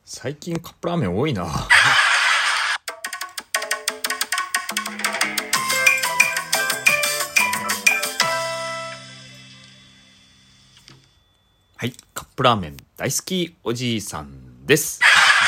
最近カップラーメン多いな。はい、カップラーメン大好きおじいさんです。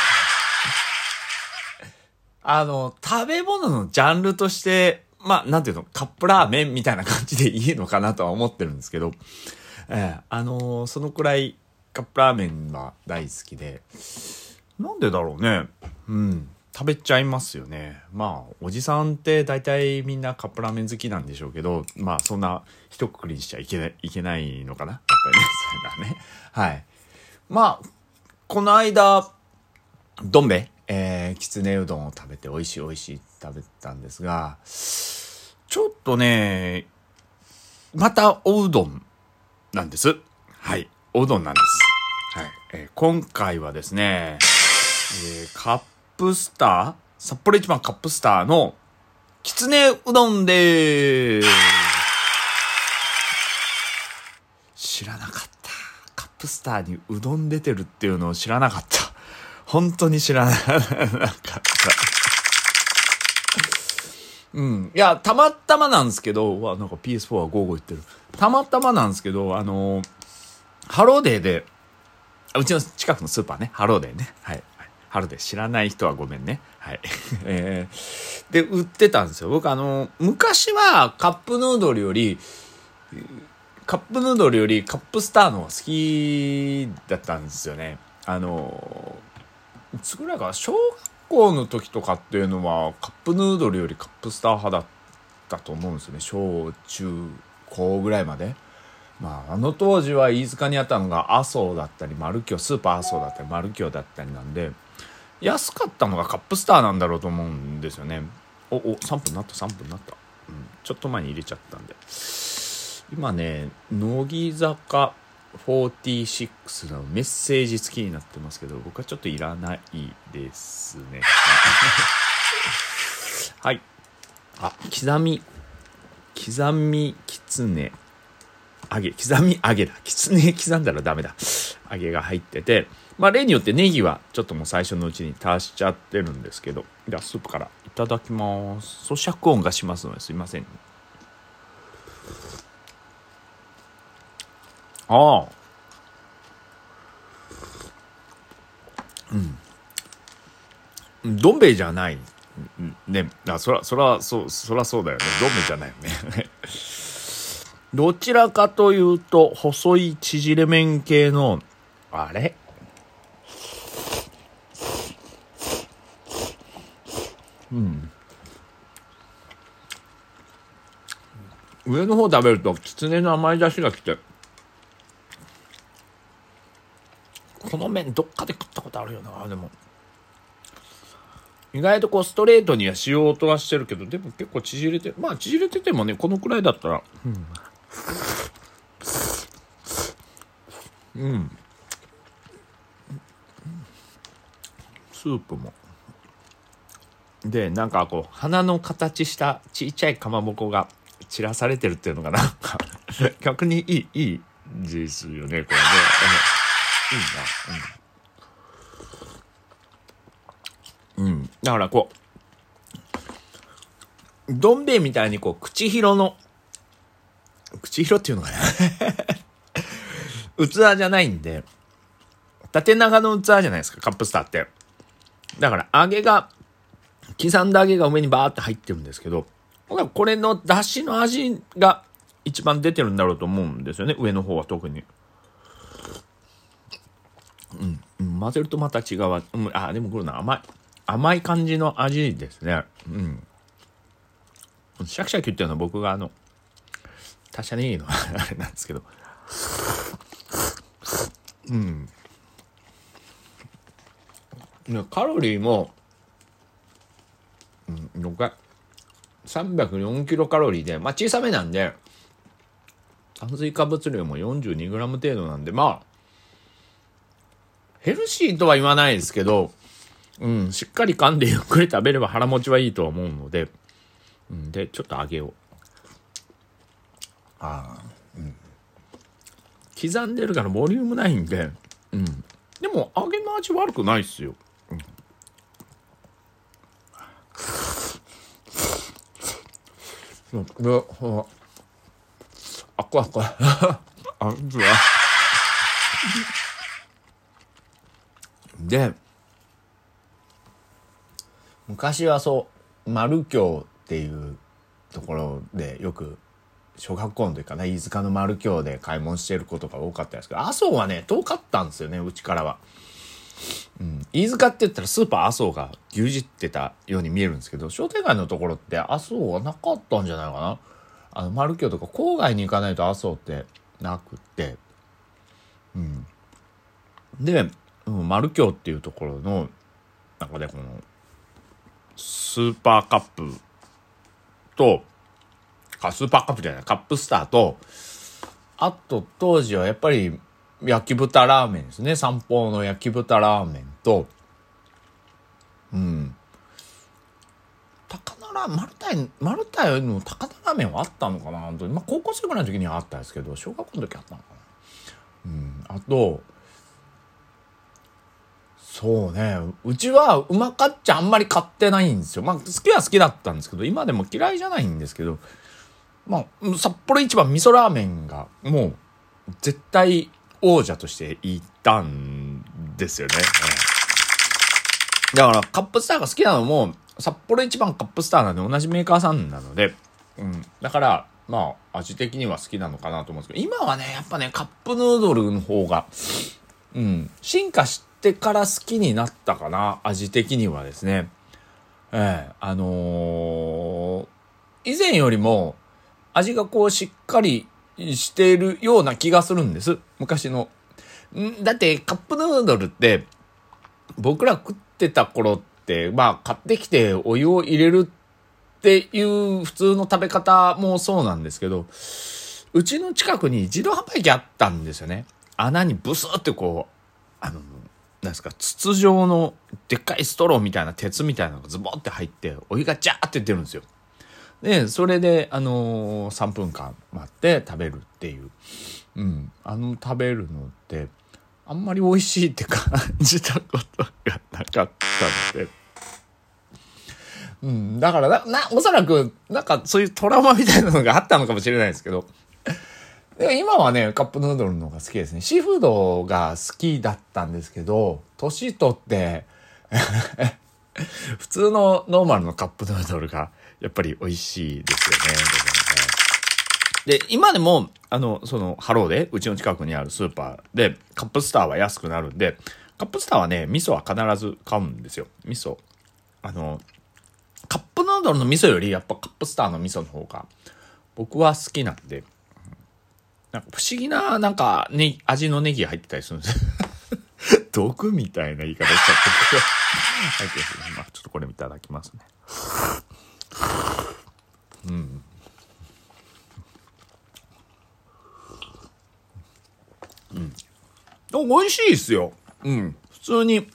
食べ物のジャンルとして、なんていうの、カップラーメンみたいな感じでいいのかなとは思ってるんですけど、そのくらいカップラーメンは大好きで、なんでだろうね。食べちゃいますよね。おじさんって大体みんなカップラーメン好きなんでしょうけど、そんな一括りにしちゃいけないのかな。やっぱりね、そういうのはね。はい。この間、どん兵衛、きつねうどんを食べて美味しい食べたんですが、ちょっとね、またおうどんなんです。はい。おうどんなんです。はい。今回はですね、カップスター札幌一番カップスターのきつねうどんでーす。知らなかった。カップスターにうどん出てるっていうのを知らなかった。本当に知らなかった。いや、たまたまなんですけど、なんか PS4 はゴーゴー言ってる。たまたまなんですけど、ハローデーで、うちの近くのスーパーね、ハローデーね。はい。ハローデー知らない人はごめんね。はい。で、売ってたんですよ。僕昔はカップヌードルよりカップスターの方が好きだったんですよね。いつぐらいか、小学校の時とかっていうのはカップヌードルよりカップスター派だったと思うんですよね。小中高ぐらいまで。あの当時は飯塚にあったのが麻生だったりマルキョ、スーパー麻生だったりマルキョだったりなんで、安かったのがカップスターなんだろうと思うんですよね。3分なった。ちょっと前に入れちゃったんで。今ね、乃木坂46のメッセージ付きになってますけど、僕はちょっといらないですね。はい。刻みきつね揚げ、刻み揚げだ。きつね刻んだらダメだ。揚げが入ってて、例によってネギはちょっともう最初のうちに足しちゃってるんですけど、ではスープからいただきます。咀嚼音がしますのですいません。どん兵衛じゃないね。そらそうだよね。どん兵衛じゃないよね。どちらかというと細い縮れ麺系のあれ。上の方食べるときつねの甘い出汁がきて、この麺どっかで食ったことあるよな。でも意外とストレートにはしようとはしてるけど、でも結構縮れててもね、このくらいだったらスープもで、なんか花の形したちっちゃいかまぼこが散らされてるっていうのがなんか逆にいいですよね、これね。いいな。だからどん兵衛みたいに口広っていうのかな器じゃないんで、縦長の器じゃないですか、カップスターって。だから刻んだ揚げが上にバーって入ってるんですけど、これの出汁の味が一番出てるんだろうと思うんですよね、上の方は特に。混ぜるとまた違う。でもこれ甘い感じの味ですね。シャキシャキ言ってるのは僕が達者ネギのあれなんですけど。カロリーも、304キロカロリーで、小さめなんで、炭水化物量も42グラム程度なんで、ヘルシーとは言わないですけど、しっかり噛んでゆっくり食べれば腹持ちはいいとは思うので、で、ちょっと揚げを。刻んでるからボリュームないんで、 でも揚げの味悪くないっすよ。で、これで、昔は丸京っていうところでよく小学校の時かな、飯塚の丸京で買い物してることが多かったですけど、麻生はね遠かったんですよね、うちからは。飯塚って言ったらスーパー麻生が牛耳ってたように見えるんですけど、商店街のところって麻生はなかったんじゃないかな。丸京とか郊外に行かないと麻生ってなくって、で、丸京っていうところの中でこのスーパーカップとスーパーカップじゃない、カップスターと、あと当時はやっぱり焼き豚ラーメンですね。三宝の焼き豚ラーメンと、高菜ラーメン、マルタイの高菜ラーメンはあったのかな。高校生ぐらいの時にはあったんですけど、小学校の時あったのかな。あと、そうね、うちはうまかっちゃあんまり買ってないんですよ。好きは好きだったんですけど、今でも嫌いじゃないんですけど、札幌一番味噌ラーメンがもう絶対王者としていたんですよね。だからカップスターが好きなのも札幌一番カップスターなんで同じメーカーさんなので、だから味的には好きなのかなと思うんですけど、今はねやっぱねカップヌードルの方が進化してから好きになったかな、味的にはですね。以前よりも味がしっかりしているような気がするんです。昔の。だってカップヌードルって僕ら食ってた頃って買ってきてお湯を入れるっていう普通の食べ方もそうなんですけど、うちの近くに自動販売機あったんですよね。穴にブスってなんですか、筒状のでっかいストローみたいな鉄みたいなのがズボンって入ってお湯がジャーって出るんですよ。でそれで3分間待って食べるっていう、食べるのってあんまり美味しいって感じたことがなかったので、だからおそらくそういうトラウマみたいなのがあったのかもしれないですけど、でも今はねカップヌードルの方が好きですね。シーフードが好きだったんですけど、年取って普通のノーマルのカップヌードルがやっぱり美味しいですよね。で、今でも、ハローで、うちの近くにあるスーパーで、カップスターは安くなるんで、カップスターはね、味噌は必ず買うんですよ。味噌。カップヌードルの味噌より、やっぱカップスターの味噌の方が、僕は好きなんで、不思議な、味のネギが入ってたりするんですよ。毒みたいな言い方しちゃって。ちょっとこれいただきますね。美味しいですよ。普通に。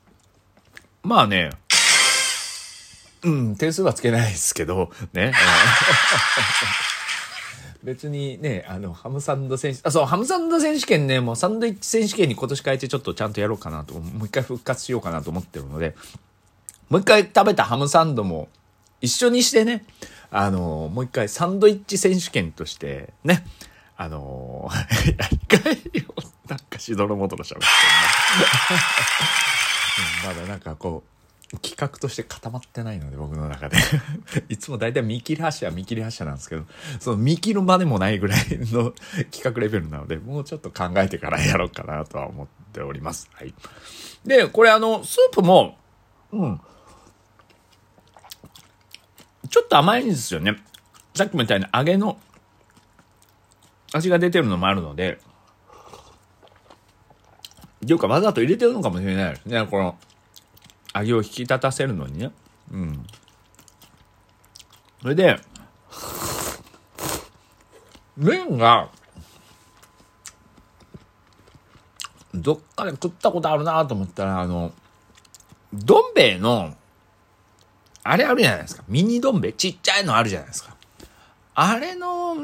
点数はつけないですけど、ね。別にね、ハムサンド選手、ハムサンド選手権ね、もうサンドイッチ選手権に今年変えてちょっとちゃんとやろうかなと、もう一回復活しようかなと思ってるので、もう一回食べたハムサンドも一緒にしてね、もう一回サンドイッチ選手権としてね、やり返りをしどろもどろしゃべってるな。まだ企画として固まってないので僕の中でいつもだいたい見切り発車なんですけど、その見切るまでもないぐらいの企画レベルなので、もうちょっと考えてからやろうかなとは思っております。はい。でこれスープもちょっと甘いんですよね。さっきみたいに揚げの味が出てるのもあるので、っていうかわざと入れてるのかもしれないですね、この味を引き立たせるのにね。それで麺がどっかで食ったことあるなと思ったら、どん兵衛のあれあるじゃないですか、ミニどん兵衛ちっちゃいのあるじゃないですか。あれの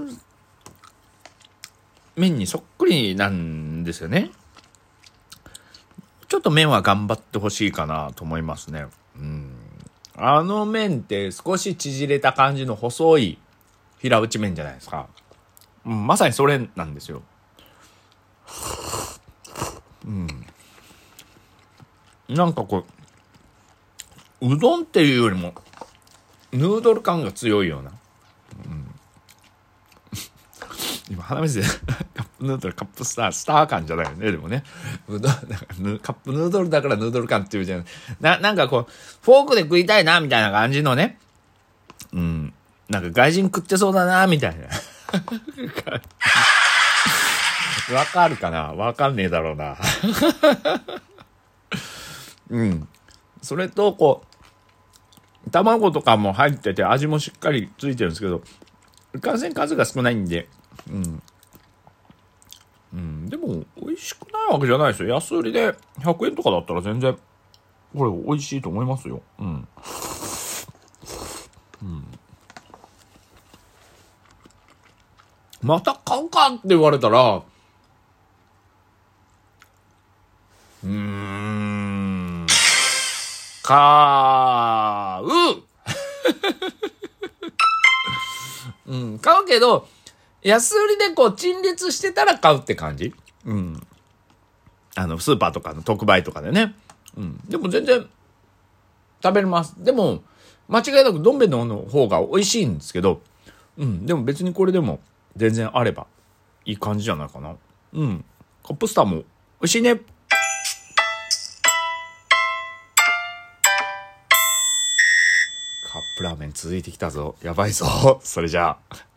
麺にそっくりなんですよね。 ちょっと麺は頑張ってほしいかなと思いますね。あの麺って少し縮れた感じの細い平打ち麺じゃないですか。まさにそれなんですよ。なんかこう、うどんっていうよりもヌードル感が強いような。今鼻水でカップヌードル、カップスター感じゃないよね。でもね、カップヌードルだからヌードル感っていうじゃん。なんかこうフォークで食いたいなみたいな感じのね。なんか外人食ってそうだなみたいな。わかるかな？わかんねえだろうな。それとこう卵とかも入ってて味もしっかりついてるんですけど、いかんせん数が少ないんで、でも美味しくないわけじゃないですよ。安売りで100円とかだったら全然これ美味しいと思いますよ。また買うかって言われたら、買う買うけど、安売りでこう陳列してたら買うって感じ。スーパーとかの特売とかでね。でも全然食べれます。でも間違いなくどん兵衛の方が美味しいんですけど、でも別にこれでも全然あればいい感じじゃないかな。カップスターも美味しいね。カップラーメン続いてきたぞ。やばいぞ。それじゃあ。